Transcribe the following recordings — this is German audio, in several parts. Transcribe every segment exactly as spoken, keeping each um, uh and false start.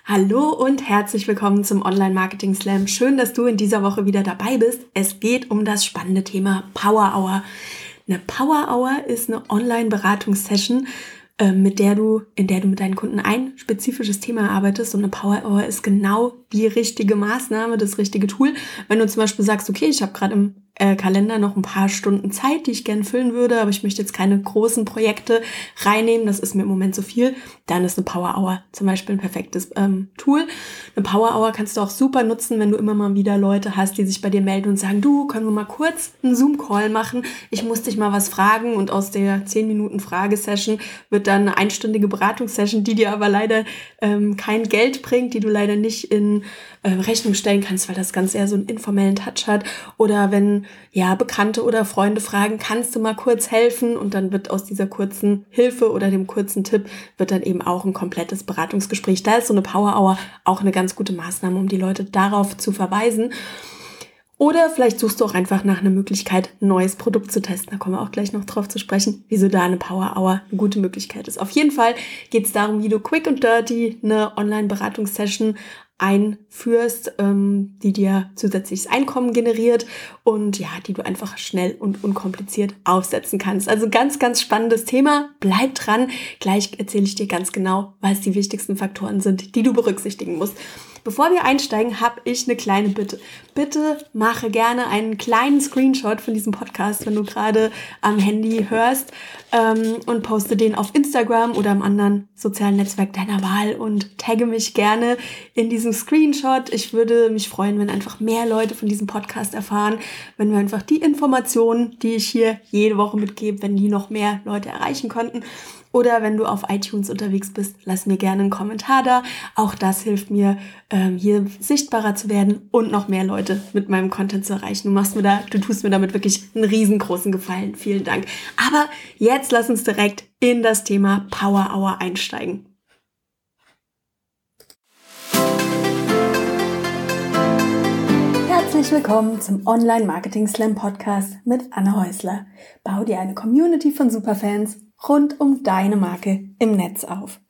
Hallo und herzlich willkommen zum Online-Marketing Slam. Schön, dass du in dieser Woche wieder dabei bist. Es geht um das spannende Thema Power Hour. Eine Power Hour ist eine Online-Beratungssession, mit der du, in der du mit deinen Kunden ein spezifisches Thema erarbeitest. Und eine Power Hour ist genau die richtige Maßnahme, das richtige Tool. Wenn du zum Beispiel sagst, okay, ich habe gerade im äh, Kalender noch ein paar Stunden Zeit, die ich gerne füllen würde, aber ich möchte jetzt keine großen Projekte reinnehmen, das ist mir im Moment zu viel, dann ist eine Power Hour zum Beispiel ein perfektes ähm, Tool. Eine Power Hour kannst du auch super nutzen, wenn du immer mal wieder Leute hast, die sich bei dir melden und sagen, du, können wir mal kurz einen Zoom-Call machen? Ich muss dich mal was fragen, und aus der zehn Minuten Fragesession wird dann eine einstündige Beratungssession, die dir aber leider ähm, kein Geld bringt, die du leider nicht in äh, Rechnung stellen kannst, weil das Ganze eher so einen informellen Touch hat. Oder wenn ja Bekannte oder Freunde fragen, kannst du mal kurz helfen? Und dann wird aus dieser kurzen Hilfe oder dem kurzen Tipp wird dann eben auch ein komplettes Beratungsgespräch. Da ist so eine Power Hour auch eine ganz gute Maßnahme, um die Leute darauf zu verweisen. Oder vielleicht suchst du auch einfach nach einer Möglichkeit, ein neues Produkt zu testen. Da kommen wir auch gleich noch drauf zu sprechen, wieso da eine Power Hour eine gute Möglichkeit ist. Auf jeden Fall geht es darum, wie du quick and dirty eine Online-Beratungssession einführst, ähm, die dir zusätzliches Einkommen generiert und ja, die du einfach schnell und unkompliziert aufsetzen kannst. Also ganz, ganz spannendes Thema. Bleib dran. Gleich erzähle ich dir ganz genau, was die wichtigsten Faktoren sind, die du berücksichtigen musst. Bevor wir einsteigen, habe ich eine kleine Bitte. Bitte mache gerne einen kleinen Screenshot von diesem Podcast, wenn du gerade am Handy hörst, ähm, und poste den auf Instagram oder am anderen sozialen Netzwerk deiner Wahl und tagge mich gerne in diesem Screenshot. Ich würde mich freuen, wenn einfach mehr Leute von diesem Podcast erfahren, wenn wir einfach die Informationen, die ich hier jede Woche mitgebe, wenn die noch mehr Leute erreichen konnten. Oder wenn du auf iTunes unterwegs bist, lass mir gerne einen Kommentar da. Auch das hilft mir, ähm, hier sichtbarer zu werden und noch mehr Leute mit meinem Content zu erreichen. Du machst mir da, du tust mir damit wirklich einen riesengroßen Gefallen. Vielen Dank. Aber jetzt lass uns direkt in das Thema Power Hour einsteigen. Herzlich willkommen zum Online-Marketing Slam Podcast mit Anne Häusler. Bau dir eine Community von Superfans rund um deine Marke im Netz auf.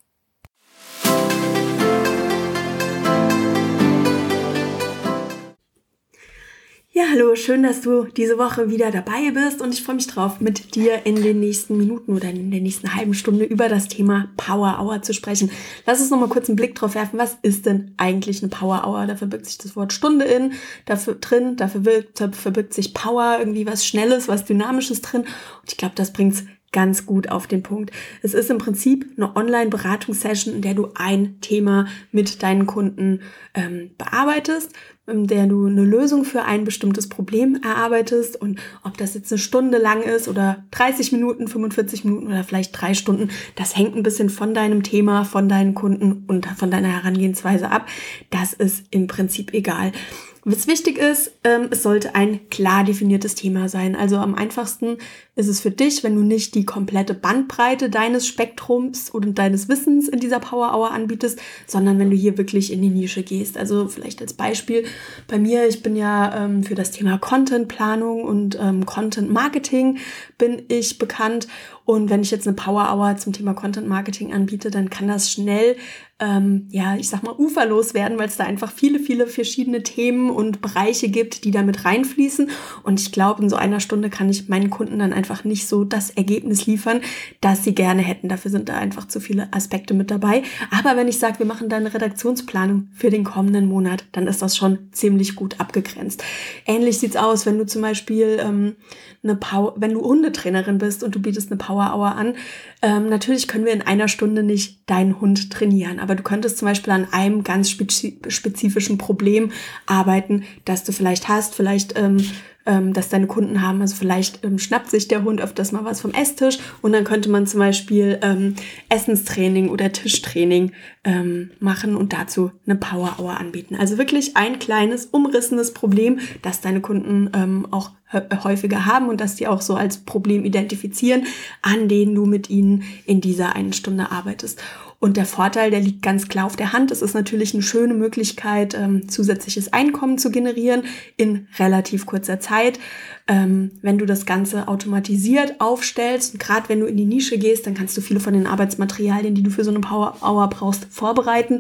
Ja, hallo, schön, dass du diese Woche wieder dabei bist, und ich freue mich drauf, mit dir in den nächsten Minuten oder in der nächsten halben Stunde über das Thema Power Hour zu sprechen. Lass uns noch mal kurz einen Blick drauf werfen, was ist denn eigentlich eine Power Hour? Da verbirgt sich das Wort Stunde in, dafür drin, dafür wirkt, da verbirgt sich Power, irgendwie was Schnelles, was Dynamisches drin, und ich glaube, das bringt's ganz gut auf den Punkt. Es ist im Prinzip eine Online-Beratungssession, in der du ein Thema mit deinen Kunden ähm, bearbeitest, in der du eine Lösung für ein bestimmtes Problem erarbeitest, und ob das jetzt eine Stunde lang ist oder dreißig Minuten, fünfundvierzig Minuten oder vielleicht drei Stunden, das hängt ein bisschen von deinem Thema, von deinen Kunden und von deiner Herangehensweise ab. Das ist im Prinzip egal. Was wichtig ist, ähm, es sollte ein klar definiertes Thema sein. Also am einfachsten ist es für dich, wenn du nicht die komplette Bandbreite deines Spektrums oder deines Wissens in dieser Power Hour anbietest, sondern wenn du hier wirklich in die Nische gehst. Also vielleicht als Beispiel bei mir, ich bin ja ähm, für das Thema Contentplanung und ähm, Content Marketing bin ich bekannt. Und wenn ich jetzt eine Power Hour zum Thema Content Marketing anbiete, dann kann das schnell, ähm, ja, ich sag mal, uferlos werden, weil es da einfach viele, viele verschiedene Themen und Bereiche gibt, die da mit reinfließen. Und ich glaube, in so einer Stunde kann ich meinen Kunden dann einfach nicht so das Ergebnis liefern, das sie gerne hätten. Dafür sind da einfach zu viele Aspekte mit dabei. Aber wenn ich sage, wir machen da eine Redaktionsplanung für den kommenden Monat, dann ist das schon ziemlich gut abgegrenzt. Ähnlich sieht's aus, wenn du zum Beispiel ähm, eine Power, wenn du Hundetrainerin bist und du bietest eine Power Hour an. Ähm, natürlich können wir in einer Stunde nicht deinen Hund trainieren, aber du könntest zum Beispiel an einem ganz spezifischen Problem arbeiten, das du vielleicht hast, vielleicht ähm, ähm, dass deine Kunden haben. Also vielleicht ähm, schnappt sich der Hund öfters mal was vom Esstisch, und dann könnte man zum Beispiel ähm, Essenstraining oder Tischtraining ähm, machen und dazu eine Power Hour anbieten. Also wirklich ein kleines, umrissenes Problem, das deine Kunden ähm, auch häufiger haben und dass die auch so als Problem identifizieren, an denen du mit ihnen in dieser einen Stunde arbeitest. Und der Vorteil, der liegt ganz klar auf der Hand. Es ist natürlich eine schöne Möglichkeit, ähm, zusätzliches Einkommen zu generieren in relativ kurzer Zeit. Ähm, wenn du das Ganze automatisiert aufstellst, und gerade wenn du in die Nische gehst, dann kannst du viele von den Arbeitsmaterialien, die du für so eine Power Hour brauchst, vorbereiten.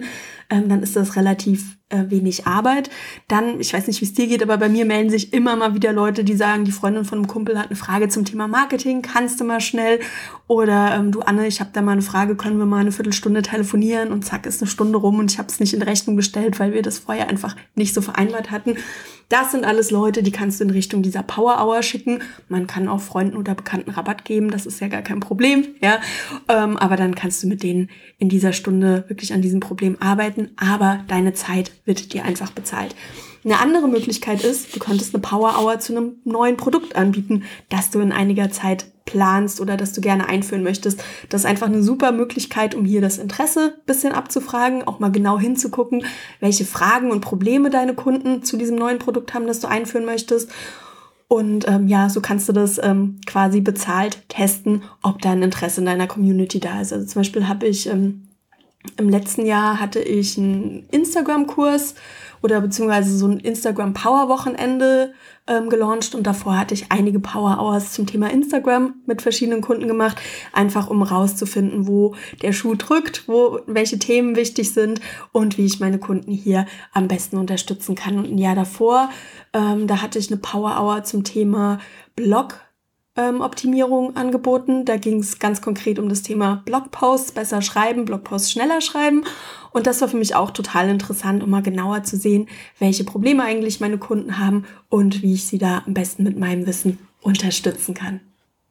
ähm, dann ist das relativ äh, wenig Arbeit. Dann, ich weiß nicht, wie es dir geht, aber bei mir melden sich immer mal wieder Leute, die sagen, die Freundin von einem Kumpel hat eine Frage zum Thema Marketing, kannst du mal schnell? Oder ähm, du Anne, ich habe da mal eine Frage, können wir mal eine Viertelstunde telefonieren? Und zack, ist eine Stunde rum und ich habe es nicht in Rechnung gestellt, weil wir das vorher einfach nicht so vereinbart hatten. Das sind alles Leute, die kannst du in Richtung dieser Power Hour schicken. Man kann auch Freunden oder Bekannten Rabatt geben, das ist ja gar kein Problem, ja. Ähm, aber dann kannst du mit denen in dieser Stunde wirklich an diesem Problem arbeiten, aber deine Zeit wird dir einfach bezahlt. Eine andere Möglichkeit ist, du könntest eine Power Hour zu einem neuen Produkt anbieten, das du in einiger Zeit planst oder das du gerne einführen möchtest. Das ist einfach eine super Möglichkeit, um hier das Interesse ein bisschen abzufragen, auch mal genau hinzugucken, welche Fragen und Probleme deine Kunden zu diesem neuen Produkt haben, das du einführen möchtest. Und ähm, ja, so kannst du das ähm, quasi bezahlt testen, ob da ein Interesse in deiner Community da ist. Also zum Beispiel habe ich ähm, im letzten Jahr hatte ich einen Instagram-Kurs oder beziehungsweise so ein Instagram-Power-Wochenende ähm, gelauncht und davor hatte ich einige Power-Hours zum Thema Instagram mit verschiedenen Kunden gemacht, einfach um rauszufinden, wo der Schuh drückt, wo welche Themen wichtig sind und wie ich meine Kunden hier am besten unterstützen kann. Und ein Jahr davor, ähm, da hatte ich eine Power-Hour zum Thema Blog Optimierung angeboten. Da ging es ganz konkret um das Thema Blogposts, besser schreiben, Blogposts schneller schreiben. Und das war für mich auch total interessant, um mal genauer zu sehen, welche Probleme eigentlich meine Kunden haben und wie ich sie da am besten mit meinem Wissen unterstützen kann.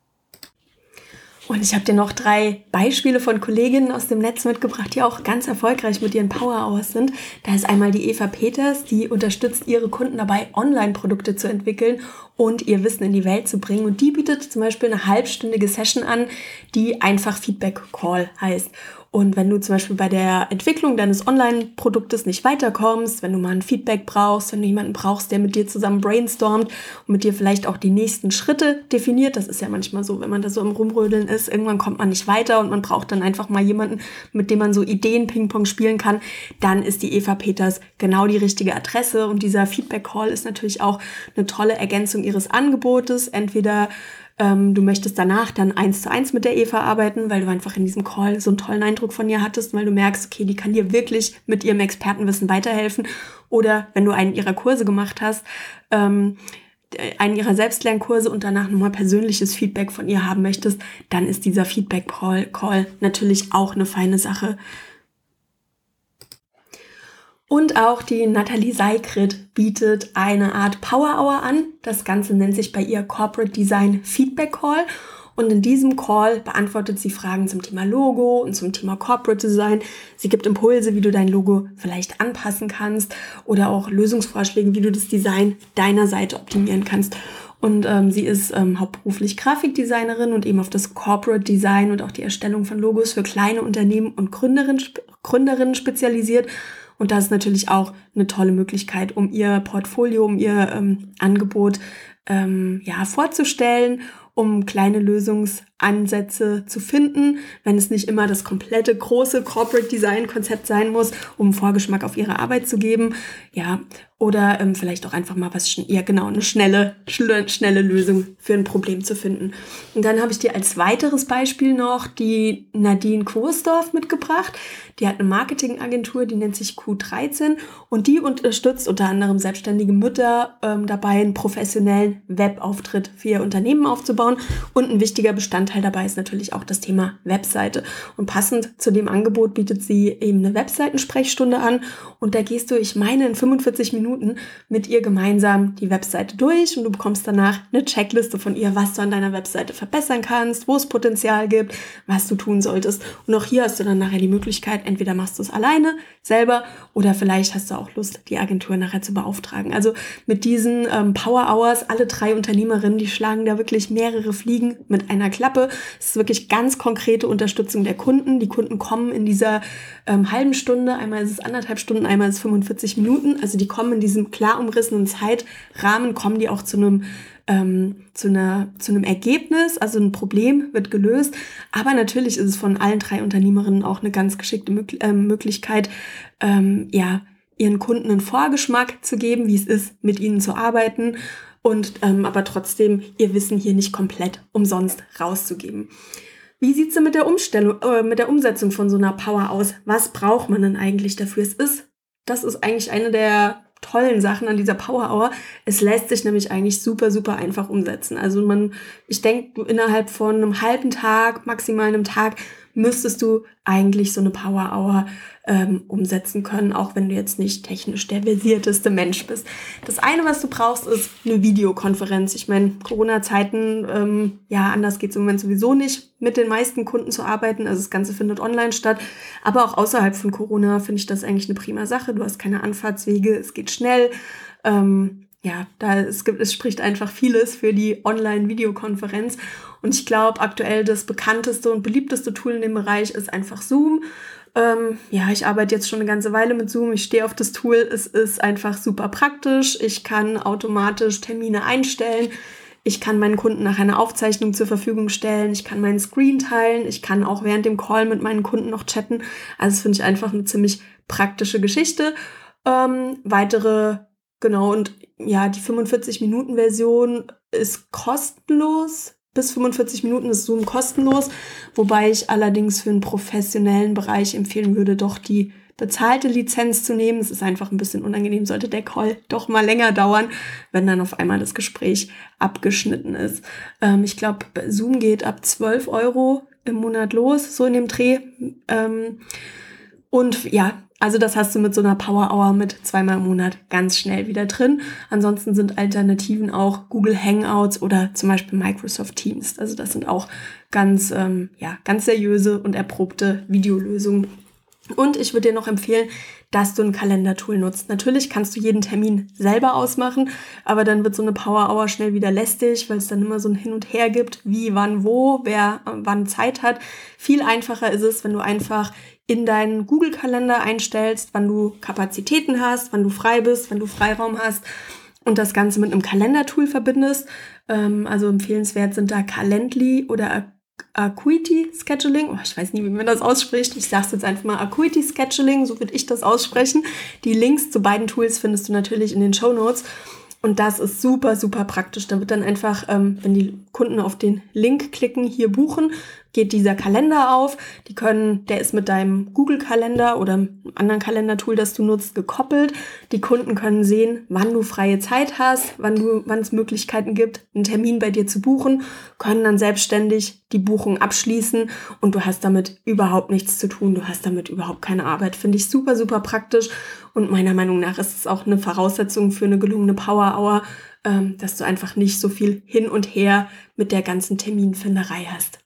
Und ich habe dir noch drei Beispiele von Kolleginnen aus dem Netz mitgebracht, die auch ganz erfolgreich mit ihren Power Hours sind. Da ist einmal die Eva Peters, die unterstützt ihre Kunden dabei, Online-Produkte zu entwickeln und ihr Wissen in die Welt zu bringen. Und die bietet zum Beispiel eine halbstündige Session an, die einfach Feedback Call heißt. Und wenn du zum Beispiel bei der Entwicklung deines Online-Produktes nicht weiterkommst, wenn du mal ein Feedback brauchst, wenn du jemanden brauchst, der mit dir zusammen brainstormt und mit dir vielleicht auch die nächsten Schritte definiert, das ist ja manchmal so, wenn man da so im Rumrödeln ist, irgendwann kommt man nicht weiter und man braucht dann einfach mal jemanden, mit dem man so Ideen-Ping-Pong spielen kann, dann ist die Eva Peters genau die richtige Adresse. Und dieser Feedback-Call ist natürlich auch eine tolle Ergänzung ihres Angebotes. Entweder Ähm, du möchtest danach dann eins zu eins mit der Eva arbeiten, weil du einfach in diesem Call so einen tollen Eindruck von ihr hattest, weil du merkst, okay, die kann dir wirklich mit ihrem Expertenwissen weiterhelfen. Oder wenn du einen ihrer Kurse gemacht hast, ähm, einen ihrer Selbstlernkurse und danach nochmal persönliches Feedback von ihr haben möchtest, dann ist dieser Feedback-Call natürlich auch eine feine Sache. Und auch die Nathalie Seikrit bietet eine Art Power Hour an. Das Ganze nennt sich bei ihr Corporate Design Feedback Call. Und in diesem Call beantwortet sie Fragen zum Thema Logo und zum Thema Corporate Design. Sie gibt Impulse, wie du dein Logo vielleicht anpassen kannst oder auch Lösungsvorschläge, wie du das Design deiner Seite optimieren kannst. Und ähm, sie ist ähm, hauptberuflich Grafikdesignerin und eben auf das Corporate Design und auch die Erstellung von Logos für kleine Unternehmen und Gründerinnen, Gründerinnen spezialisiert. Und das ist natürlich auch eine tolle Möglichkeit, um ihr Portfolio, um ihr ähm, Angebot ähm, ja, vorzustellen, um kleine Lösungsansätze zu finden, wenn es nicht immer das komplette große Corporate Design Konzept sein muss, um einen Vorgeschmack auf ihre Arbeit zu geben. Ja, oder ähm, vielleicht auch einfach mal was, ja genau, eine schnelle, schnelle, schnelle Lösung für ein Problem zu finden. Und dann habe ich dir als weiteres Beispiel noch die Nadine Quosdorf mitgebracht. Die hat eine Marketingagentur, die nennt sich Q dreizehn und die unterstützt unter anderem selbstständige Mütter ähm, dabei, einen professionellen Webauftritt für ihr Unternehmen aufzubauen. Und ein wichtiger Bestandteil dabei ist natürlich auch das Thema Webseite. Und passend zu dem Angebot bietet sie eben eine Webseitensprechstunde an. Und da gehst du, ich meine, in fünfundvierzig Minuten mit ihr gemeinsam die Webseite durch und du bekommst danach eine Checkliste von ihr, was du an deiner Webseite verbessern kannst, wo es Potenzial gibt, was du tun solltest. Und auch hier hast du dann nachher die Möglichkeit, entweder machst du es alleine, selber, oder vielleicht hast du auch Lust, die Agentur nachher zu beauftragen. Also mit diesen ähm, Power Hours, alle drei Unternehmerinnen, die schlagen da wirklich mehrere Fliegen mit einer Klappe. Es ist wirklich ganz konkrete Unterstützung der Kunden. Die Kunden kommen in dieser ähm, halben Stunde, einmal ist es anderthalb Stunden, einmal ist es fünfundvierzig Minuten. Also die kommen in diesem klar umrissenen Zeitrahmen, kommen die auch zu einem ähm, zu einer zu einem Ergebnis, also ein Problem wird gelöst. Aber natürlich ist es von allen drei Unternehmerinnen auch eine ganz geschickte Mö- äh, Möglichkeit, ähm, ja, ihren Kunden einen Vorgeschmack zu geben, wie es ist, mit ihnen zu arbeiten und ähm, aber trotzdem ihr Wissen hier nicht komplett umsonst rauszugeben. Wie sieht's denn mit der Umstellung, äh, mit der Umsetzung von so einer Power aus? Was braucht man denn eigentlich dafür? Es ist, das ist eigentlich eine der tollen Sachen an dieser Power Hour. Es lässt sich nämlich eigentlich super, super einfach umsetzen. Also man, ich denke, innerhalb von einem halben Tag, maximal einem Tag, müsstest du eigentlich so eine Power Hour ähm, umsetzen können, auch wenn du jetzt nicht technisch der versierteste Mensch bist. Das eine, was du brauchst, ist eine Videokonferenz. Ich meine, Corona-Zeiten, ähm, ja, anders geht es im Moment sowieso nicht, mit den meisten Kunden zu arbeiten. Also das Ganze findet online statt. Aber auch außerhalb von Corona finde ich das eigentlich eine prima Sache. Du hast keine Anfahrtswege, es geht schnell. Ähm, ja, da es gibt, es spricht einfach vieles für die Online-Videokonferenz. Und ich glaube, aktuell das bekannteste und beliebteste Tool in dem Bereich ist einfach Zoom. Ähm, ja, ich arbeite jetzt schon eine ganze Weile mit Zoom. Ich stehe auf das Tool. Es ist einfach super praktisch. Ich kann automatisch Termine einstellen. Ich kann meinen Kunden nachher eine Aufzeichnung zur Verfügung stellen. Ich kann meinen Screen teilen. Ich kann auch während dem Call mit meinen Kunden noch chatten. Also das finde ich einfach eine ziemlich praktische Geschichte. Ähm, weitere, genau, und ja, die fünfundvierzig-Minuten-Version ist kostenlos. Bis fünfundvierzig Minuten ist Zoom kostenlos, wobei ich allerdings für einen professionellen Bereich empfehlen würde, doch die bezahlte Lizenz zu nehmen. Es ist einfach ein bisschen unangenehm, sollte der Call doch mal länger dauern, wenn dann auf einmal das Gespräch abgeschnitten ist. Ähm, ich glaube, Zoom geht ab zwölf Euro im Monat los, so in dem Dreh. Ähm, und ja, also das hast du mit so einer Power Hour mit zweimal im Monat ganz schnell wieder drin. Ansonsten sind Alternativen auch Google Hangouts oder zum Beispiel Microsoft Teams. Also das sind auch ganz, ähm, ja, ganz seriöse und erprobte Videolösungen. Und ich würde dir noch empfehlen, dass du ein Kalendertool nutzt. Natürlich kannst du jeden Termin selber ausmachen, aber dann wird so eine Power Hour schnell wieder lästig, weil es dann immer so ein Hin und Her gibt, wie, wann, wo, wer äh, wann Zeit hat. Viel einfacher ist es, wenn du einfach in deinen Google-Kalender einstellst, wann du Kapazitäten hast, wann du frei bist, wann du Freiraum hast und das Ganze mit einem Kalendertool verbindest. Ähm, also empfehlenswert sind da Calendly oder Acuity Scheduling. Oh, ich weiß nie, wie man das ausspricht. Ich sage es jetzt einfach mal Acuity Scheduling, so würde ich das aussprechen. Die Links zu beiden Tools findest du natürlich in den Shownotes. Und das ist super, super praktisch. Da wird dann einfach, ähm, wenn die Kunden auf den Link klicken, hier buchen, geht dieser Kalender auf. Die können, der ist mit deinem Google-Kalender oder einem anderen Kalendertool, das du nutzt, gekoppelt. Die Kunden können sehen, wann du freie Zeit hast, wann du, wann es Möglichkeiten gibt, einen Termin bei dir zu buchen, können dann selbstständig die Buchung abschließen und du hast damit überhaupt nichts zu tun. Du hast damit überhaupt keine Arbeit. Finde ich super, super praktisch. Und meiner Meinung nach ist es auch eine Voraussetzung für eine gelungene Power Hour, ähm, dass du einfach nicht so viel hin und her mit der ganzen Terminfinderei hast.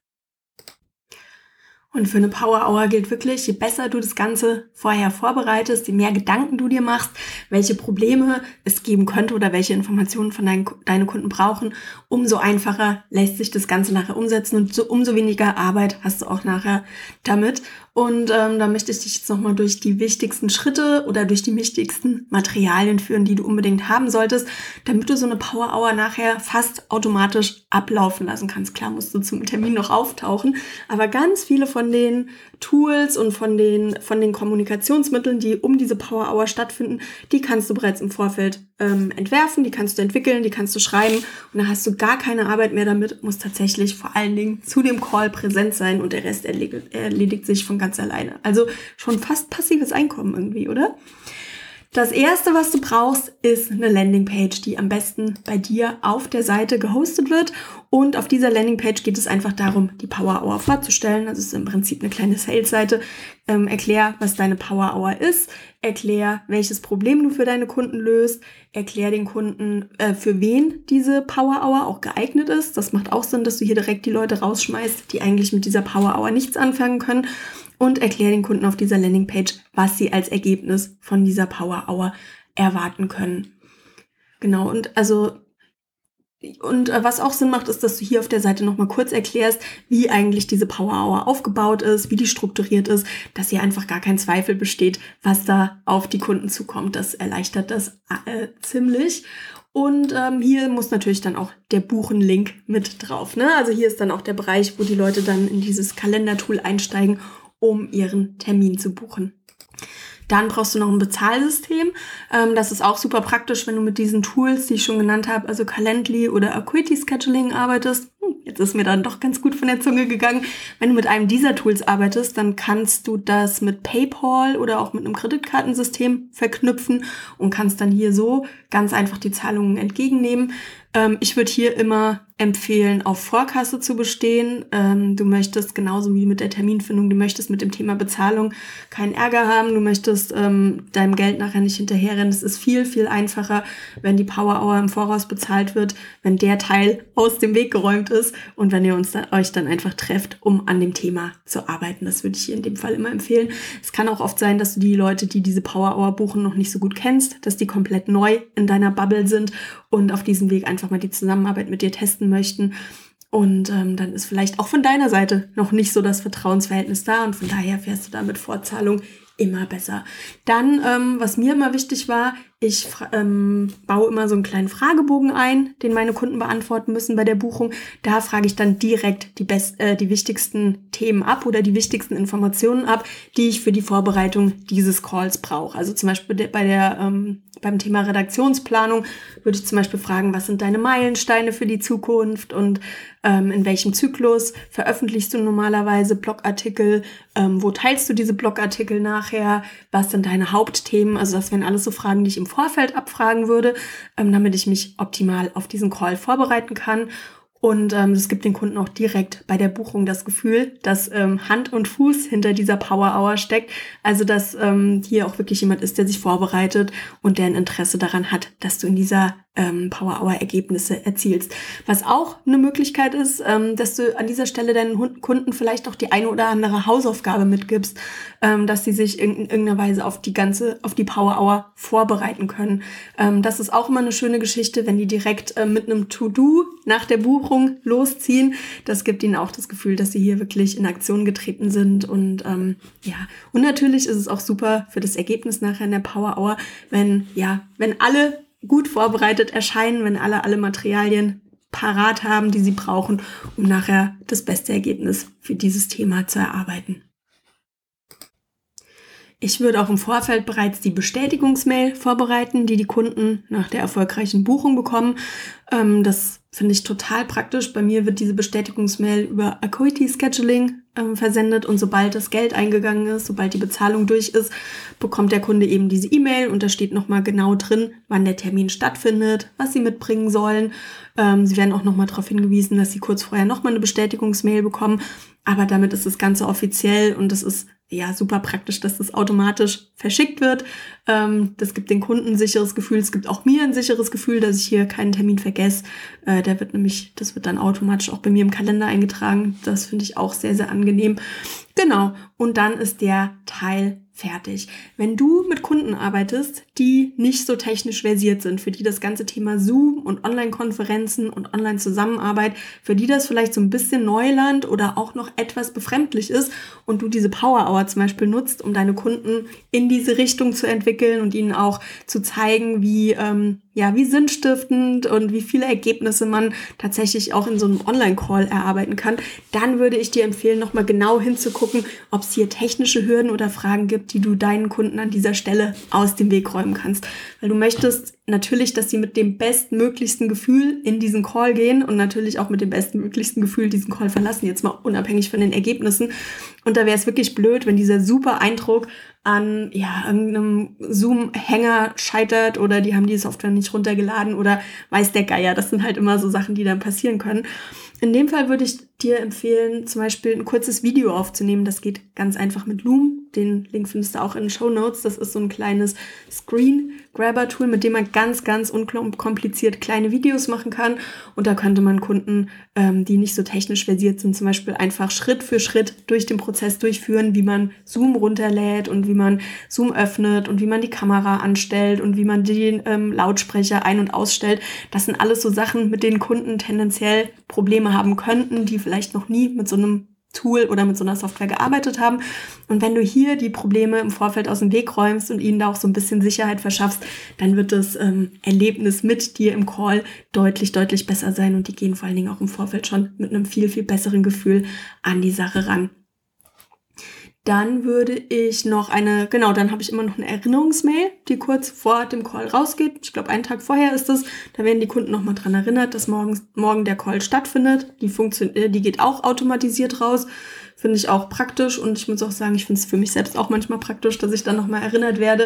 Und für eine Power Hour gilt wirklich, je besser du das Ganze vorher vorbereitest, je mehr Gedanken du dir machst, welche Probleme es geben könnte oder welche Informationen von deinen, deine Kunden brauchen, umso einfacher lässt sich das Ganze nachher umsetzen und so, umso weniger Arbeit hast du auch nachher damit. Und ähm, da möchte ich dich jetzt nochmal durch die wichtigsten Schritte oder durch die wichtigsten Materialien führen, die du unbedingt haben solltest, damit du so eine Power Hour nachher fast automatisch ablaufen lassen kannst. Klar musst du zum Termin noch auftauchen, aber ganz viele von den Tools und von den, von den Kommunikationsmitteln, die um diese Power Hour stattfinden, die kannst du bereits im Vorfeld ähm, entwerfen, die kannst du entwickeln, die kannst du schreiben und dann hast du gar keine Arbeit mehr damit, musst tatsächlich vor allen Dingen zu dem Call präsent sein und der Rest erledigt, erledigt sich von ganz alleine. Also schon fast passives Einkommen irgendwie, oder? Das erste, was du brauchst, ist eine Landingpage, die am besten bei dir auf der Seite gehostet wird. Und auf dieser Landingpage geht es einfach darum, die Power Hour vorzustellen. Also es ist im Prinzip eine kleine Sales-Seite. Ähm, erklär, was deine Power Hour ist. Erklär, welches Problem du für deine Kunden löst. Erklär den Kunden, äh, für wen diese Power Hour auch geeignet ist. Das macht auch Sinn, dass du hier direkt die Leute rausschmeißt, die eigentlich mit dieser Power Hour nichts anfangen können. Und erklär den Kunden auf dieser Landingpage, was sie als Ergebnis von dieser Power Hour erwarten können. Genau, und also und äh, was auch Sinn macht, ist, dass du hier auf der Seite nochmal kurz erklärst, wie eigentlich diese Power Hour aufgebaut ist, wie die strukturiert ist, dass hier einfach gar kein Zweifel besteht, was da auf die Kunden zukommt. Das erleichtert das äh, ziemlich. Und ähm, hier muss natürlich dann auch der Buchen-Link mit drauf, ne? Also hier ist dann auch der Bereich, wo die Leute dann in dieses Kalendertool einsteigen, um ihren Termin zu buchen. Dann brauchst du noch ein Bezahlsystem. Ähm, das ist auch super praktisch, wenn du mit diesen Tools, die ich schon genannt habe, also Calendly oder Acuity Scheduling arbeitest. Hm, Jetzt ist mir dann doch ganz gut von der Zunge gegangen. Wenn du mit einem dieser Tools arbeitest, dann kannst du das mit PayPal oder auch mit einem Kreditkartensystem verknüpfen und kannst dann hier so ganz einfach die Zahlungen entgegennehmen. Ähm, ich würde hier immer empfehlen, auf Vorkasse zu bestehen. Ähm, du möchtest genauso wie mit der Terminfindung, du möchtest mit dem Thema Bezahlung keinen Ärger haben. Du möchtest ähm, deinem Geld nachher nicht hinterherrennen. Es ist viel, viel einfacher, wenn die Power Hour im Voraus bezahlt wird, wenn der Teil aus dem Weg geräumt ist und wenn ihr uns dann, euch dann einfach trefft, um an dem Thema zu arbeiten. Das würde ich hier in dem Fall immer empfehlen. Es kann auch oft sein, dass du die Leute, die diese Power Hour buchen, noch nicht so gut kennst, dass die komplett neu in deiner Bubble sind und auf diesem Weg einfach mal die Zusammenarbeit mit dir testen möchten. Und ähm, dann ist vielleicht auch von deiner Seite noch nicht so das Vertrauensverhältnis da und von daher fährst du da mit Vorzahlung immer besser. Dann, ähm, was mir immer wichtig war, ich ähm, baue immer so einen kleinen Fragebogen ein, den meine Kunden beantworten müssen bei der Buchung. Da frage ich dann direkt die, best, äh, die wichtigsten Themen ab oder die wichtigsten Informationen ab, die ich für die Vorbereitung dieses Calls brauche. Also zum Beispiel bei der, ähm, beim Thema Redaktionsplanung würde ich zum Beispiel fragen, was sind deine Meilensteine für die Zukunft und ähm, in welchem Zyklus veröffentlichst du normalerweise Blogartikel, ähm, wo teilst du diese Blogartikel nachher, was sind deine Hauptthemen, also das wären alles so Fragen, die ich im Vorfeld abfragen würde, ähm, damit ich mich optimal auf diesen Call vorbereiten kann. Und ähm, es gibt den Kunden auch direkt bei der Buchung das Gefühl, dass ähm, Hand und Fuß hinter dieser Power Hour steckt. Also dass ähm, hier auch wirklich jemand ist, der sich vorbereitet und der ein Interesse daran hat, dass du in dieser ähm, Power Hour Ergebnisse erzielst. Was auch eine Möglichkeit ist, ähm, dass du an dieser Stelle deinen Kunden vielleicht auch die eine oder andere Hausaufgabe mitgibst, ähm, dass sie sich in, in irgendeiner Weise auf die ganze, auf die Power Hour vorbereiten können. Ähm, das ist auch immer eine schöne Geschichte, wenn die direkt äh, mit einem To-Do nach der Buchung losziehen. Das gibt ihnen auch das Gefühl, dass sie hier wirklich in Aktion getreten sind und ähm, ja, und natürlich ist es auch super für das Ergebnis nachher in der Power Hour, wenn ja, wenn alle gut vorbereitet erscheinen, wenn alle alle Materialien parat haben, die sie brauchen, um nachher das beste Ergebnis für dieses Thema zu erarbeiten. Ich würde auch im Vorfeld bereits die Bestätigungsmail vorbereiten, die die Kunden nach der erfolgreichen Buchung bekommen. Ähm, das finde ich total praktisch. Bei mir wird diese Bestätigungsmail über Acuity Scheduling ähm, versendet und sobald das Geld eingegangen ist, sobald die Bezahlung durch ist, bekommt der Kunde eben diese E-Mail und da steht nochmal genau drin, wann der Termin stattfindet, was sie mitbringen sollen. Ähm, sie werden auch nochmal darauf hingewiesen, dass sie kurz vorher nochmal eine Bestätigungsmail bekommen. Aber damit ist das Ganze offiziell und es ist ja super praktisch, dass das automatisch verschickt wird. Ähm, das gibt den Kunden ein sicheres Gefühl. Es gibt auch mir ein sicheres Gefühl, dass ich hier keinen Termin vergesse. Äh, der wird nämlich, das wird dann automatisch auch bei mir im Kalender eingetragen. Das finde ich auch sehr, sehr angenehm. Genau. Und dann ist der Teil fertig. Wenn du mit Kunden arbeitest, die nicht so technisch versiert sind, für die das ganze Thema Zoom und Online-Konferenzen und Online-Zusammenarbeit, für die das vielleicht so ein bisschen Neuland oder auch noch etwas befremdlich ist und du diese Power Hour zum Beispiel nutzt, um deine Kunden in diese Richtung zu entwickeln und ihnen auch zu zeigen, wie ähm, ja, wie sinnstiftend und wie viele Ergebnisse man tatsächlich auch in so einem Online-Call erarbeiten kann, dann würde ich dir empfehlen, nochmal genau hinzugucken, ob es hier technische Hürden oder Fragen gibt, die du deinen Kunden an dieser Stelle aus dem Weg räumen kannst. Weil du möchtest natürlich, dass sie mit dem bestmöglichsten Gefühl in diesen Call gehen und natürlich auch mit dem bestmöglichsten Gefühl diesen Call verlassen, jetzt mal unabhängig von den Ergebnissen. Und da wäre es wirklich blöd, wenn dieser super Eindruck an ja irgendeinem Zoom-Hänger scheitert oder die haben die Software nicht runtergeladen oder weiß der Geier. Das sind halt immer so Sachen, die dann passieren können. In dem Fall würde ich dir empfehlen, zum Beispiel ein kurzes Video aufzunehmen. Das geht ganz einfach mit Loom. Den Link findest du auch in den Shownotes. Das ist so ein kleines Screen-Grabber-Tool, mit dem man ganz, ganz unkompliziert kleine Videos machen kann. Und da könnte man Kunden, ähm, die nicht so technisch versiert sind, zum Beispiel einfach Schritt für Schritt durch den Prozess durchführen, wie man Zoom runterlädt und wie man Zoom öffnet und wie man die Kamera anstellt und wie man den ähm, Lautsprecher ein- und ausstellt. Das sind alles so Sachen, mit denen Kunden tendenziell Probleme haben könnten, die vielleicht noch nie mit so einem Tool oder mit so einer Software gearbeitet haben. Und wenn du hier die Probleme im Vorfeld aus dem Weg räumst und ihnen da auch so ein bisschen Sicherheit verschaffst, dann wird das ähm, Erlebnis mit dir im Call deutlich, deutlich besser sein und die gehen vor allen Dingen auch im Vorfeld schon mit einem viel, viel besseren Gefühl an die Sache ran. Dann würde ich noch eine, genau, dann habe ich immer noch eine Erinnerungsmail, die kurz vor dem Call rausgeht. Ich glaube, einen Tag vorher ist es. Da werden die Kunden nochmal dran erinnert, dass morgens, morgen der Call stattfindet. Die funktioniert, die geht auch automatisiert raus. Finde ich auch praktisch. Und ich muss auch sagen, ich finde es für mich selbst auch manchmal praktisch, dass ich dann nochmal erinnert werde.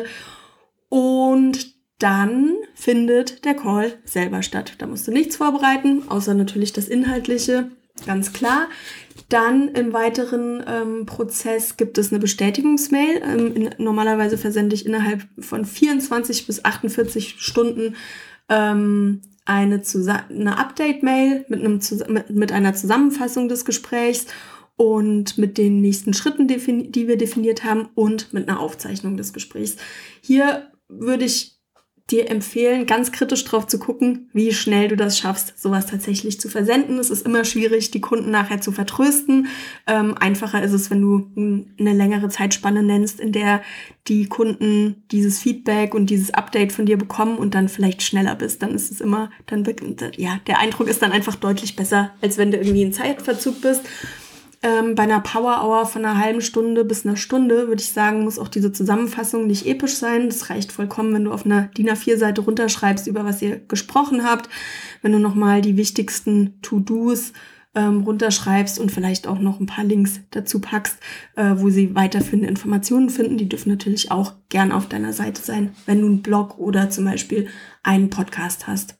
Und dann findet der Call selber statt. Da musst du nichts vorbereiten, außer natürlich das Inhaltliche, ganz klar. Dann im weiteren ähm, Prozess gibt es eine Bestätigungsmail. Ähm, in, normalerweise versende ich innerhalb von vierundzwanzig bis achtundvierzig Stunden ähm, eine, eine Update-Mail mit, einem, mit, mit einer Zusammenfassung des Gesprächs und mit den nächsten Schritten, die wir definiert haben, und mit einer Aufzeichnung des Gesprächs. Hier würde ich dir empfehlen, ganz kritisch drauf zu gucken, wie schnell du das schaffst, sowas tatsächlich zu versenden. Es ist immer schwierig, die Kunden nachher zu vertrösten. Ähm, einfacher ist es, wenn du eine längere Zeitspanne nennst, in der die Kunden dieses Feedback und dieses Update von dir bekommen und dann vielleicht schneller bist. Dann ist es immer, dann ja, der Eindruck ist dann einfach deutlich besser, als wenn du irgendwie in Zeitverzug bist. Ähm, bei einer Power Hour von einer halben Stunde bis einer Stunde, würde ich sagen, muss auch diese Zusammenfassung nicht episch sein. Das reicht vollkommen, wenn du auf einer D I N A vier Seite runterschreibst, über was ihr gesprochen habt. Wenn du nochmal die wichtigsten To-Dos ähm, runterschreibst und vielleicht auch noch ein paar Links dazu packst, äh, wo sie weiterführende Informationen finden. Die dürfen natürlich auch gern auf deiner Seite sein, wenn du einen Blog oder zum Beispiel einen Podcast hast.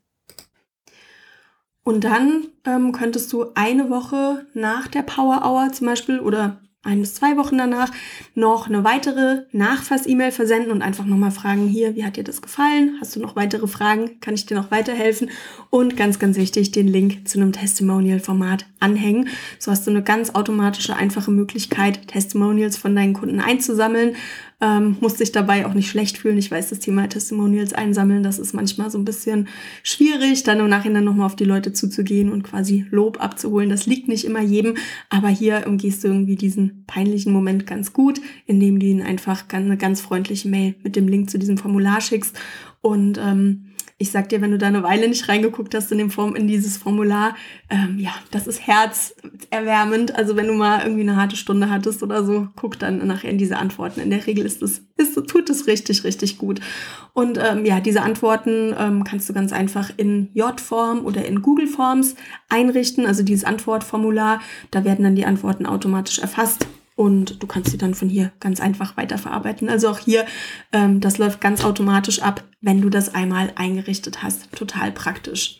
Und dann ähm, könntest du eine Woche nach der Power Hour zum Beispiel oder ein bis zwei Wochen danach noch eine weitere Nachfass-E-Mail versenden und einfach nochmal fragen, hier, wie hat dir das gefallen? Hast du noch weitere Fragen? Kann ich dir noch weiterhelfen? Und ganz, ganz wichtig, den Link zu einem Testimonial-Format anhängen. So hast du eine ganz automatische, einfache Möglichkeit, Testimonials von deinen Kunden einzusammeln. Ähm, musst dich dabei auch nicht schlecht fühlen. Ich weiß, das Thema Testimonials einsammeln, das ist manchmal so ein bisschen schwierig, dann im Nachhinein nochmal auf die Leute zuzugehen und quasi Lob abzuholen. Das liegt nicht immer jedem, aber hier umgehst du irgendwie diesen peinlichen Moment ganz gut, indem du ihnen einfach eine ganz freundliche Mail mit dem Link zu diesem Formular schickst. Und ähm, ich sag dir, wenn du da eine Weile nicht reingeguckt hast in dem Form, in dieses Formular, ähm, ja, das ist herzerwärmend. Also wenn du mal irgendwie eine harte Stunde hattest oder so, guck dann nachher in diese Antworten. In der Regel ist es, ist, tut es richtig, richtig gut. Und ähm, ja, diese Antworten ähm, kannst du ganz einfach in J-Form oder in Google Forms einrichten. Also dieses Antwortformular, da werden dann die Antworten automatisch erfasst. Und du kannst sie dann von hier ganz einfach weiterverarbeiten. Also auch hier, ähm, das läuft ganz automatisch ab, wenn du das einmal eingerichtet hast. Total praktisch.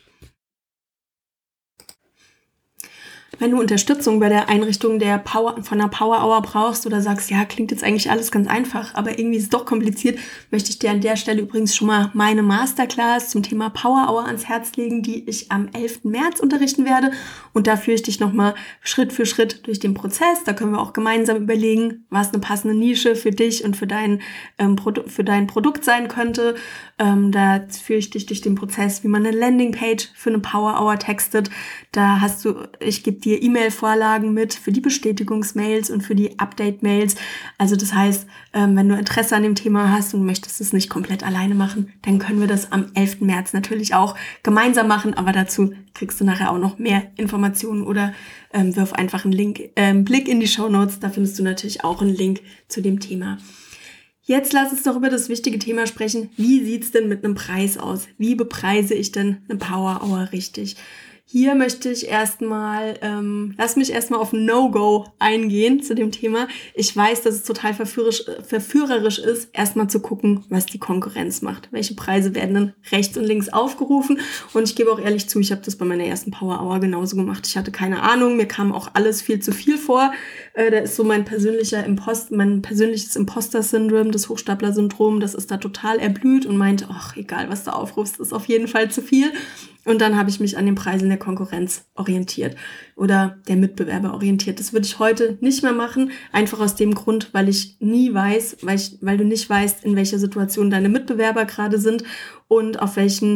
Wenn du Unterstützung bei der Einrichtung der Power, von einer Power Hour brauchst oder sagst, ja, klingt jetzt eigentlich alles ganz einfach, aber irgendwie ist es doch kompliziert, möchte ich dir an der Stelle übrigens schon mal meine Masterclass zum Thema Power Hour ans Herz legen, die ich am elften März unterrichten werde. Und da führe ich dich nochmal Schritt für Schritt durch den Prozess. Da können wir auch gemeinsam überlegen, was eine passende Nische für dich und für dein, ähm, Produ- für dein Produkt sein könnte. Ähm, da führe ich dich durch den Prozess, wie man eine Landingpage für eine Power Hour textet. Da hast du, ich gebe dir E-Mail-Vorlagen mit für die Bestätigungsmails und für die Update-Mails. Also das heißt, ähm, wenn du Interesse an dem Thema hast und möchtest es nicht komplett alleine machen, dann können wir das am elften März natürlich auch gemeinsam machen. Aber dazu kriegst du nachher auch noch mehr Informationen oder ähm, wirf einfach einen Link, äh, einen Blick in die Shownotes. Da findest du natürlich auch einen Link zu dem Thema. Jetzt lass uns doch über das wichtige Thema sprechen. Wie sieht's denn mit einem Preis aus? Wie bepreise ich denn eine Power Hour richtig? Hier möchte ich erstmal, ähm, lass mich erstmal auf No-Go eingehen zu dem Thema. Ich weiß, dass es total verführerisch, verführerisch ist, erstmal zu gucken, was die Konkurrenz macht. Welche Preise werden dann rechts und links aufgerufen? Und ich gebe auch ehrlich zu, ich habe das bei meiner ersten Power Hour genauso gemacht. Ich hatte keine Ahnung, mir kam auch alles viel zu viel vor. Äh, da ist so mein persönlicher Impost, mein persönliches Imposter-Syndrom, das Hochstapler-Syndrom, das ist da total erblüht und meinte, ach, egal, was du aufrufst, ist auf jeden Fall zu viel. Und dann habe ich mich an den Preisen der Konkurrenz orientiert oder der Mitbewerber orientiert. Das würde ich heute nicht mehr machen, einfach aus dem Grund, weil ich nie weiß, weil, ich, weil du nicht weißt, in welcher Situation deine Mitbewerber gerade sind und auf welchen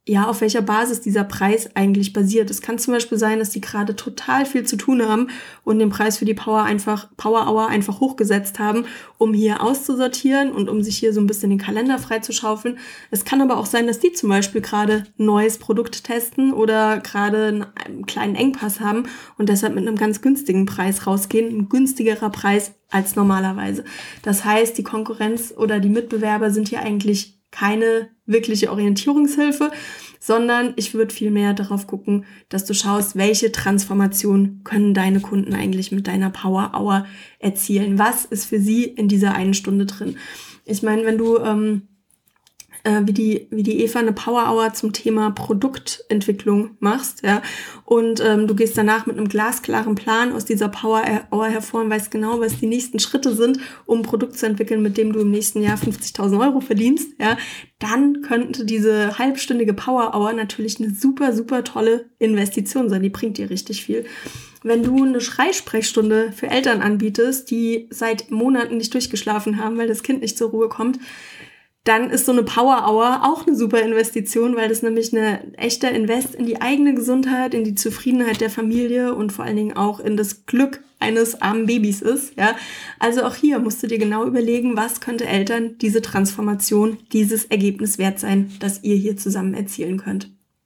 ja, auf welcher Basis dieser Preis eigentlich basiert. Es kann zum Beispiel sein, dass die gerade total viel zu tun haben und den Preis für die Power einfach, Power Hour einfach hochgesetzt haben, um hier auszusortieren und um sich hier so ein bisschen den Kalender freizuschaufeln. Es kann aber auch sein, dass die zum Beispiel gerade ein neues Produkt testen oder gerade einen kleinen Engpass haben und deshalb mit einem ganz günstigen Preis rausgehen, ein günstigerer Preis als normalerweise. Das heißt, die Konkurrenz oder die Mitbewerber sind hier eigentlich keine wirkliche Orientierungshilfe, sondern ich würde viel mehr darauf gucken, dass du schaust, welche Transformation können deine Kunden eigentlich mit deiner Power Hour erzielen. Was ist für sie in dieser einen Stunde drin? Ich meine, wenn du ähm, äh, wie die wie die Eva eine Power Hour zum Thema Produktentwicklung machst, ja, und ähm, du gehst danach mit einem glasklaren Plan aus dieser Power Hour hervor und weißt genau, was die nächsten Schritte sind, um ein Produkt zu entwickeln, mit dem du im nächsten Jahr fünfzigtausend Euro verdienst, ja, dann könnte diese halbstündige Power Hour natürlich eine super, super tolle Investition sein. Die bringt dir richtig viel. Wenn du eine Schreisprechstunde für Eltern anbietest, die seit Monaten nicht durchgeschlafen haben, weil das Kind nicht zur Ruhe kommt, dann ist so eine Power Hour auch eine super Investition, weil das nämlich eine echter Invest in die eigene Gesundheit, in die Zufriedenheit der Familie und vor allen Dingen auch in das Glück eines armen Babys ist. Ja, also auch hier musst du dir genau überlegen, was könnte Eltern diese Transformation, dieses Ergebnis wert sein, das ihr hier zusammen erzielen könnt.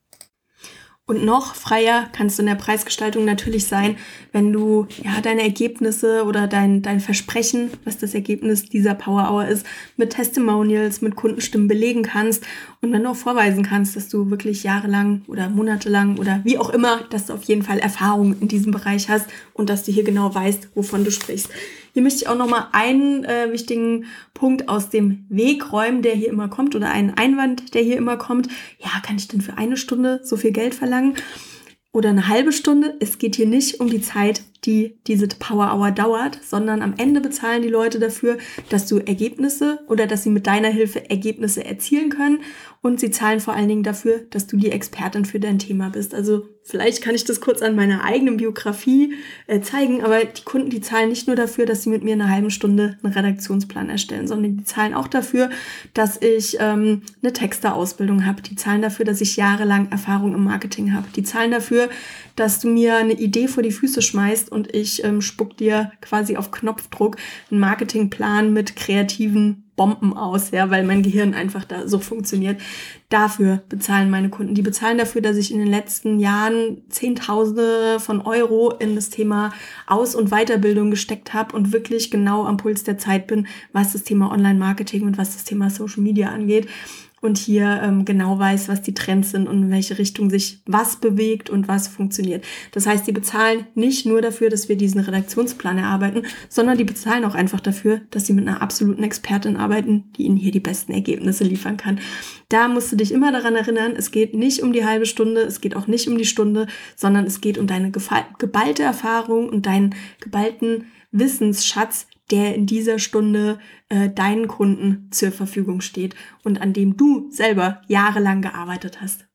Und noch freier kannst du in der Preisgestaltung natürlich sein, wenn du ja deine Ergebnisse oder dein dein Versprechen, was das Ergebnis dieser Power Hour ist, mit Testimonials, mit Kundenstimmen belegen kannst und wenn du auch vorweisen kannst, dass du wirklich jahrelang oder monatelang oder wie auch immer, dass du auf jeden Fall Erfahrung in diesem Bereich hast und dass du hier genau weißt, wovon du sprichst. Hier möchte ich auch nochmal einen äh, wichtigen Punkt aus dem Weg räumen, der hier immer kommt, oder einen Einwand, der hier immer kommt. Ja, kann ich denn für eine Stunde so viel Geld verlangen? Oder eine halbe Stunde? Es geht hier nicht um die Zeit, die diese Power Hour dauert, sondern am Ende bezahlen die Leute dafür, dass du Ergebnisse oder dass sie mit deiner Hilfe Ergebnisse erzielen können und sie zahlen vor allen Dingen dafür, dass du die Expertin für dein Thema bist. Also vielleicht kann ich das kurz an meiner eigenen Biografie äh, zeigen, aber die Kunden, die zahlen nicht nur dafür, dass sie mit mir in einer halben Stunde einen Redaktionsplan erstellen, sondern die zahlen auch dafür, dass ich ähm, eine Texterausbildung habe. Die zahlen dafür, dass ich jahrelang Erfahrung im Marketing habe. Die zahlen dafür, dass du mir eine Idee vor die Füße schmeißt und ich ähm, spuck dir quasi auf Knopfdruck einen Marketingplan mit kreativen Bomben aus, ja, weil mein Gehirn einfach da so funktioniert. Dafür bezahlen meine Kunden. Die bezahlen dafür, dass ich in den letzten Jahren Zehntausende von Euro in das Thema Aus- und Weiterbildung gesteckt habe und wirklich genau am Puls der Zeit bin, was das Thema Online-Marketing und was das Thema Social Media angeht. Und hier ähm, genau weiß, was die Trends sind und in welche Richtung sich was bewegt und was funktioniert. Das heißt, die bezahlen nicht nur dafür, dass wir diesen Redaktionsplan erarbeiten, sondern die bezahlen auch einfach dafür, dass sie mit einer absoluten Expertin arbeiten, die ihnen hier die besten Ergebnisse liefern kann. Da musst du dich immer daran erinnern, es geht nicht um die halbe Stunde, es geht auch nicht um die Stunde, sondern es geht um deine geballte Erfahrung und deinen geballten Wissensschatz, der in dieser Stunde äh, deinen Kunden zur Verfügung steht und an dem du selber jahrelang gearbeitet hast.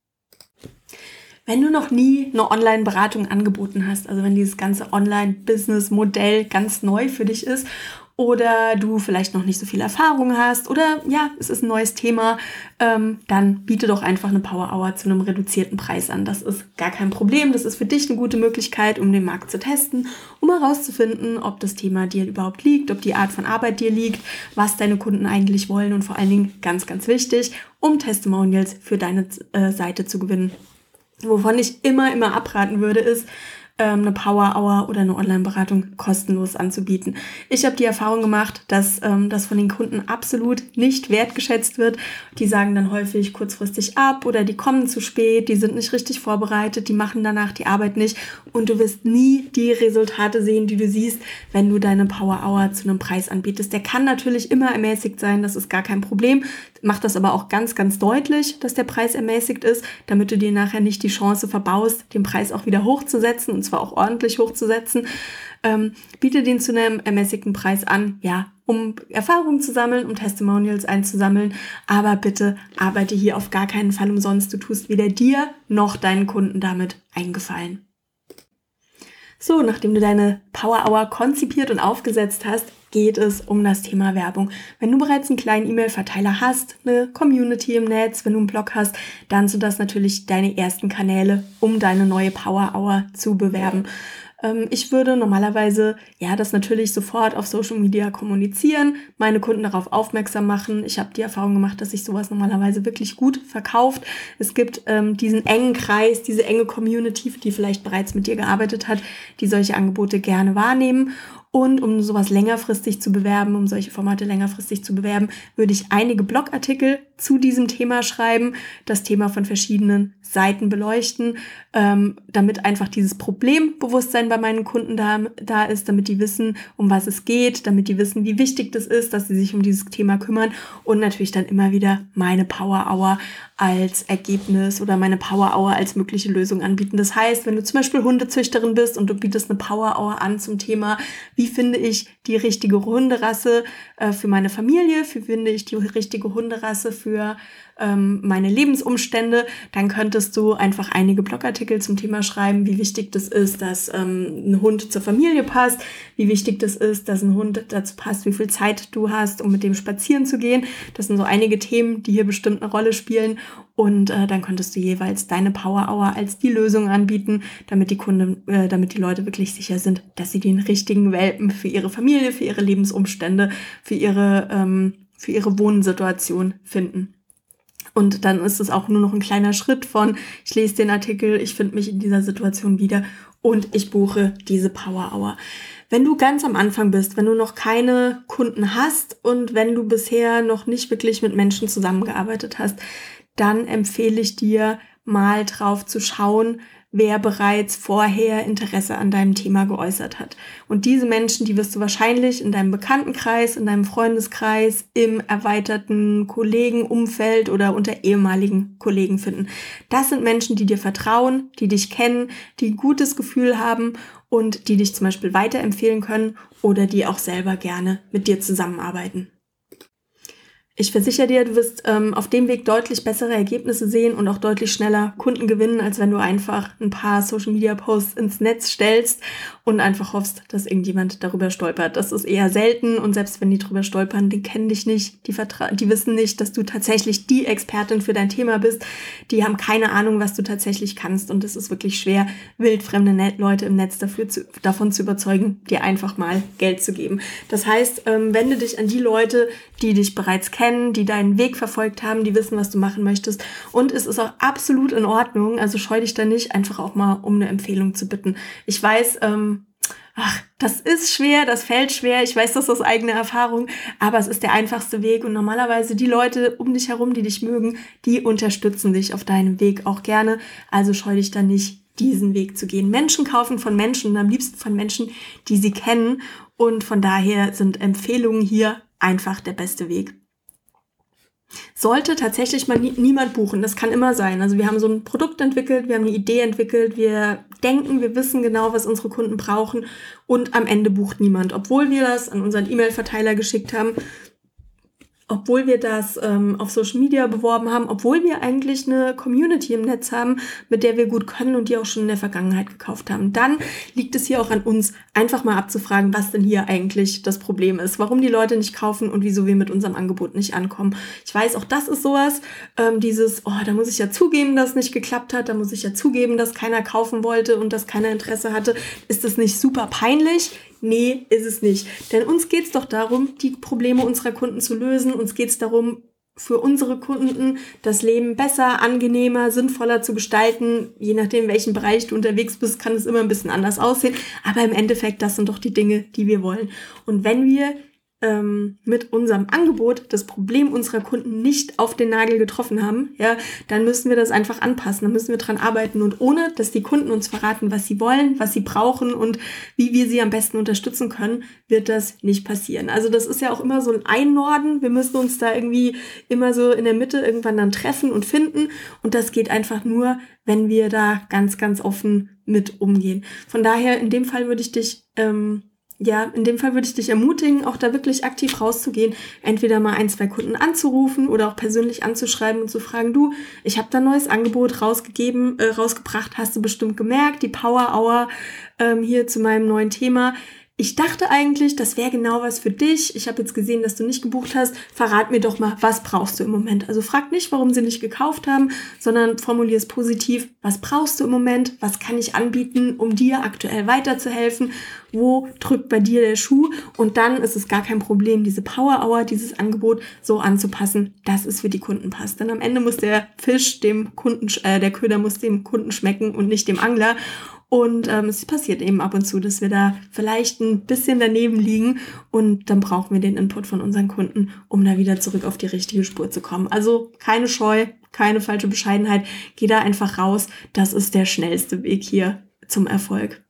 Wenn du noch nie eine Online-Beratung angeboten hast, also wenn dieses ganze Online-Business-Modell ganz neu für dich ist oder du vielleicht noch nicht so viel Erfahrung hast oder ja, es ist ein neues Thema, ähm, dann biete doch einfach eine Power Hour zu einem reduzierten Preis an. Das ist gar kein Problem. Das ist für dich eine gute Möglichkeit, um den Markt zu testen, um herauszufinden, ob das Thema dir überhaupt liegt, ob die Art von Arbeit dir liegt, was deine Kunden eigentlich wollen und vor allen Dingen, ganz, ganz wichtig, um Testimonials für deine äh, Seite zu gewinnen. Wovon ich immer, immer abraten würde, ist, eine Power Hour oder eine Online-Beratung kostenlos anzubieten. Ich habe die Erfahrung gemacht, dass ähm, das von den Kunden absolut nicht wertgeschätzt wird. Die sagen dann häufig kurzfristig ab oder die kommen zu spät, die sind nicht richtig vorbereitet, die machen danach die Arbeit nicht und du wirst nie die Resultate sehen, die du siehst, wenn du deine Power Hour zu einem Preis anbietest. Der kann natürlich immer ermäßigt sein, das ist gar kein Problem. Mach das aber auch ganz, ganz deutlich, dass der Preis ermäßigt ist, damit du dir nachher nicht die Chance verbaust, den Preis auch wieder hochzusetzen und zwar auch ordentlich hochzusetzen. Ähm, biete den zu einem ermäßigten Preis an, ja, um Erfahrungen zu sammeln, um Testimonials einzusammeln. Aber bitte arbeite hier auf gar keinen Fall umsonst. Du tust weder dir noch deinen Kunden damit einen Gefallen. So, nachdem du deine Power Hour konzipiert und aufgesetzt hast, geht es um das Thema Werbung. Wenn du bereits einen kleinen E-Mail-Verteiler hast, eine Community im Netz, wenn du einen Blog hast, dann sind das natürlich deine ersten Kanäle, um deine neue Power Hour zu bewerben. Ich würde normalerweise ja das natürlich sofort auf Social Media kommunizieren, meine Kunden darauf aufmerksam machen. Ich habe die Erfahrung gemacht, dass sich sowas normalerweise wirklich gut verkauft. Es gibt ähm, diesen engen Kreis, diese enge Community, die vielleicht bereits mit dir gearbeitet hat, die solche Angebote gerne wahrnehmen. Und um sowas längerfristig zu bewerben, um solche Formate längerfristig zu bewerben, würde ich einige Blogartikel zu diesem Thema schreiben, das Thema von verschiedenen Seiten beleuchten, ähm, damit einfach dieses Problembewusstsein bei meinen Kunden da, da ist, damit die wissen, um was es geht, damit die wissen, wie wichtig das ist, dass sie sich um dieses Thema kümmern und natürlich dann immer wieder meine Power Hour als Ergebnis oder meine Power Hour als mögliche Lösung anbieten. Das heißt, wenn du zum Beispiel Hundezüchterin bist und du bietest eine Power Hour an zum Thema, wie finde ich die richtige Hunderasse äh, für meine Familie, wie finde ich die richtige Hunderasse für ähm, meine Lebensumstände, dann könntest du einfach einige Blogartikel zum Thema schreiben, wie wichtig das ist, dass ähm, ein Hund zur Familie passt, wie wichtig das ist, dass ein Hund dazu passt, wie viel Zeit du hast, um mit dem spazieren zu gehen. Das sind so einige Themen, die hier bestimmt eine Rolle spielen. Und äh, dann könntest du jeweils deine Power Hour als die Lösung anbieten, damit die Kunden, äh, damit die Leute wirklich sicher sind, dass sie den richtigen Welpen für ihre Familie, für ihre Lebensumstände, für ihre, ähm, für ihre Wohnsituation finden. Und dann ist es auch nur noch ein kleiner Schritt von, ich lese den Artikel, ich finde mich in dieser Situation wieder und ich buche diese Power Hour. Wenn du ganz am Anfang bist, wenn du noch keine Kunden hast und wenn du bisher noch nicht wirklich mit Menschen zusammengearbeitet hast, dann empfehle ich dir, mal drauf zu schauen, wer bereits vorher Interesse an deinem Thema geäußert hat. Und diese Menschen, die wirst du wahrscheinlich in deinem Bekanntenkreis, in deinem Freundeskreis, im erweiterten Kollegenumfeld oder unter ehemaligen Kollegen finden. Das sind Menschen, die dir vertrauen, die dich kennen, die ein gutes Gefühl haben und die dich zum Beispiel weiterempfehlen können oder die auch selber gerne mit dir zusammenarbeiten. Ich versichere dir, du wirst ähm, auf dem Weg deutlich bessere Ergebnisse sehen und auch deutlich schneller Kunden gewinnen, als wenn du einfach ein paar Social-Media-Posts ins Netz stellst und einfach hoffst, dass irgendjemand darüber stolpert. Das ist eher selten und selbst wenn die drüber stolpern, die kennen dich nicht, die, vertra- die wissen nicht, dass du tatsächlich die Expertin für dein Thema bist. Die haben keine Ahnung, was du tatsächlich kannst und es ist wirklich schwer, wildfremde Net- Leute im Netz dafür zu, davon zu überzeugen, dir einfach mal Geld zu geben. Das heißt, ähm, wende dich an die Leute, die dich bereits kennen, die deinen Weg verfolgt haben, die wissen, was du machen möchtest. Und es ist auch absolut in Ordnung, also scheu dich da nicht, einfach auch mal um eine Empfehlung zu bitten. Ich weiß, ähm, ach, das ist schwer, das fällt schwer, ich weiß das aus eigener Erfahrung, aber es ist der einfachste Weg und normalerweise die Leute um dich herum, die dich mögen, die unterstützen dich auf deinem Weg auch gerne, also scheu dich da nicht, diesen Weg zu gehen. Menschen kaufen von Menschen und am liebsten von Menschen, die sie kennen und von daher sind Empfehlungen hier einfach der beste Weg. Sollte tatsächlich mal nie, niemand buchen, das kann immer sein. Also wir haben so ein Produkt entwickelt, wir haben eine Idee entwickelt, wir denken, wir wissen genau, was unsere Kunden brauchen und am Ende bucht niemand, obwohl wir das an unseren E-Mail-Verteiler geschickt haben, obwohl wir das ähm, auf Social Media beworben haben, obwohl wir eigentlich eine Community im Netz haben, mit der wir gut können und die auch schon in der Vergangenheit gekauft haben. Dann liegt es hier auch an uns, einfach mal abzufragen, was denn hier eigentlich das Problem ist, warum die Leute nicht kaufen und wieso wir mit unserem Angebot nicht ankommen. Ich weiß, auch das ist sowas, ähm, dieses, oh, da muss ich ja zugeben, dass es nicht geklappt hat, da muss ich ja zugeben, dass keiner kaufen wollte und dass keiner Interesse hatte. Ist das nicht super peinlich? Nee, ist es nicht. Denn uns geht es doch darum, die Probleme unserer Kunden zu lösen. Uns geht es darum, für unsere Kunden das Leben besser, angenehmer, sinnvoller zu gestalten. Je nachdem, in welchem Bereich du unterwegs bist, kann es immer ein bisschen anders aussehen. Aber im Endeffekt, das sind doch die Dinge, die wir wollen. Und wenn wir ähm, mit unserem Angebot das Problem unserer Kunden nicht auf den Nagel getroffen haben, ja, dann müssen wir das einfach anpassen, dann müssen wir dran arbeiten und ohne, dass die Kunden uns verraten, was sie wollen, was sie brauchen und wie wir sie am besten unterstützen können, wird das nicht passieren. Also das ist ja auch immer so ein Einnorden, wir müssen uns da irgendwie immer so in der Mitte irgendwann dann treffen und finden und das geht einfach nur, wenn wir da ganz, ganz offen mit umgehen. Von daher, in dem Fall würde ich dich ähm, Ja, in dem Fall würde ich dich ermutigen, auch da wirklich aktiv rauszugehen, entweder mal ein, zwei Kunden anzurufen oder auch persönlich anzuschreiben und zu fragen, du, ich habe da ein neues Angebot rausgegeben, äh, rausgebracht, hast du bestimmt gemerkt, die Power Hour ähm, hier zu meinem neuen Thema. ich dachte eigentlich, das wäre genau was für dich. Ich habe jetzt gesehen, dass du nicht gebucht hast. Verrat mir doch mal, was brauchst du im Moment? Also frag nicht, warum sie nicht gekauft haben, sondern formulier es positiv. Was brauchst du im Moment? Was kann ich anbieten, um dir aktuell weiterzuhelfen? Wo drückt bei dir der Schuh? Und dann ist es gar kein Problem, diese Power Hour, dieses Angebot so anzupassen, dass es für die Kunden passt. Denn am Ende muss der Fisch dem Kunden, äh, der Köder muss dem Kunden schmecken und nicht dem Angler. Und ähm, es passiert eben ab und zu, dass wir da vielleicht ein bisschen daneben liegen und dann brauchen wir den Input von unseren Kunden, um da wieder zurück auf die richtige Spur zu kommen. Also keine Scheu, keine falsche Bescheidenheit, geh da einfach raus. Das ist der schnellste Weg hier zum Erfolg.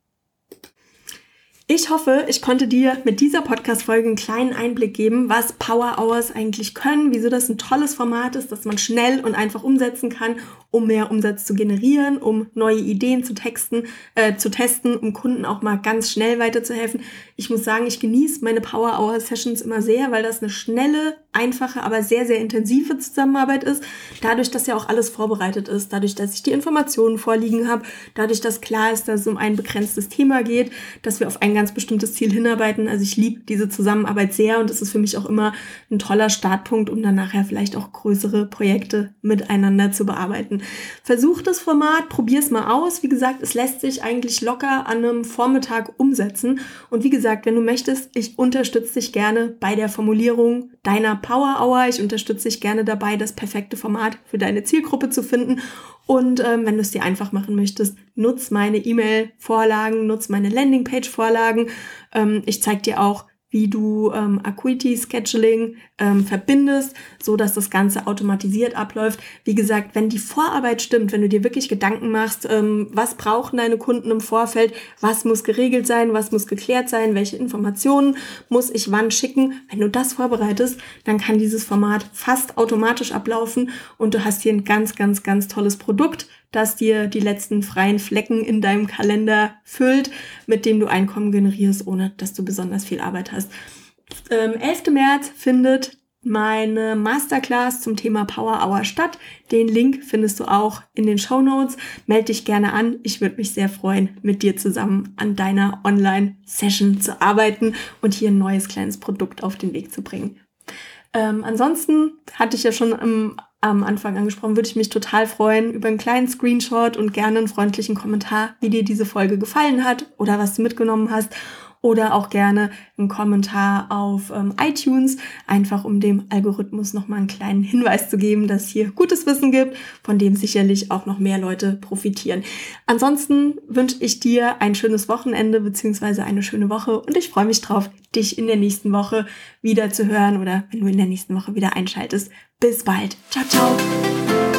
Ich hoffe, ich konnte dir mit dieser Podcast-Folge einen kleinen Einblick geben, was Power Hours eigentlich können, wieso das ein tolles Format ist, das man schnell und einfach umsetzen kann, um mehr Umsatz zu generieren, um neue Ideen zu texten, äh, zu testen, um Kunden auch mal ganz schnell weiterzuhelfen. Ich muss sagen, ich genieße meine Power Hour Sessions immer sehr, weil das eine schnelle, einfache, aber sehr, sehr intensive Zusammenarbeit ist. Dadurch, dass ja auch alles vorbereitet ist, dadurch, dass ich die Informationen vorliegen habe, dadurch, dass klar ist, dass es um ein begrenztes Thema geht, dass wir auf ein ganz bestimmtes Ziel hinarbeiten. Also ich liebe diese Zusammenarbeit sehr und es ist für mich auch immer ein toller Startpunkt, um dann nachher vielleicht auch größere Projekte miteinander zu bearbeiten. Versuch das Format, probier es mal aus. Wie gesagt, es lässt sich eigentlich locker an einem Vormittag umsetzen. Und wie gesagt, wenn du möchtest, ich unterstütze dich gerne bei der Formulierung deiner Power Hour. Ich unterstütze dich gerne dabei, das perfekte Format für deine Zielgruppe zu finden. Und ähm, wenn du es dir einfach machen möchtest, nutz meine E-Mail-Vorlagen, nutz meine Landingpage-Vorlagen. Ähm, ich zeige dir auch, wie du ähm, Acuity-Scheduling ähm, verbindest, so dass das Ganze automatisiert abläuft. Wie gesagt, wenn die Vorarbeit stimmt, wenn du dir wirklich Gedanken machst, ähm, was brauchen deine Kunden im Vorfeld, was muss geregelt sein, was muss geklärt sein, welche Informationen muss ich wann schicken, wenn du das vorbereitest, dann kann dieses Format fast automatisch ablaufen und du hast hier ein ganz, ganz, ganz tolles Produkt, das dir die letzten freien Flecken in deinem Kalender füllt, mit dem du Einkommen generierst, ohne dass du besonders viel Arbeit hast. Ähm, elften März findet meine Masterclass zum Thema Power Hour statt. Den Link findest du auch in den Shownotes. Melde dich gerne an. Ich würde mich sehr freuen, mit dir zusammen an deiner Online-Session zu arbeiten und hier ein neues kleines Produkt auf den Weg zu bringen. Ähm, ansonsten hatte ich ja schon am, am Anfang angesprochen, würde ich mich total freuen über einen kleinen Screenshot und gerne einen freundlichen Kommentar, wie dir diese Folge gefallen hat oder was du mitgenommen hast. Oder auch gerne einen Kommentar auf ähm, iTunes, einfach um dem Algorithmus nochmal einen kleinen Hinweis zu geben, dass es hier gutes Wissen gibt, von dem sicherlich auch noch mehr Leute profitieren. Ansonsten wünsche ich dir ein schönes Wochenende bzw. eine schöne Woche und ich freue mich drauf, dich in der nächsten Woche wieder zu hören oder wenn du in der nächsten Woche wieder einschaltest. Bis bald. Ciao, ciao.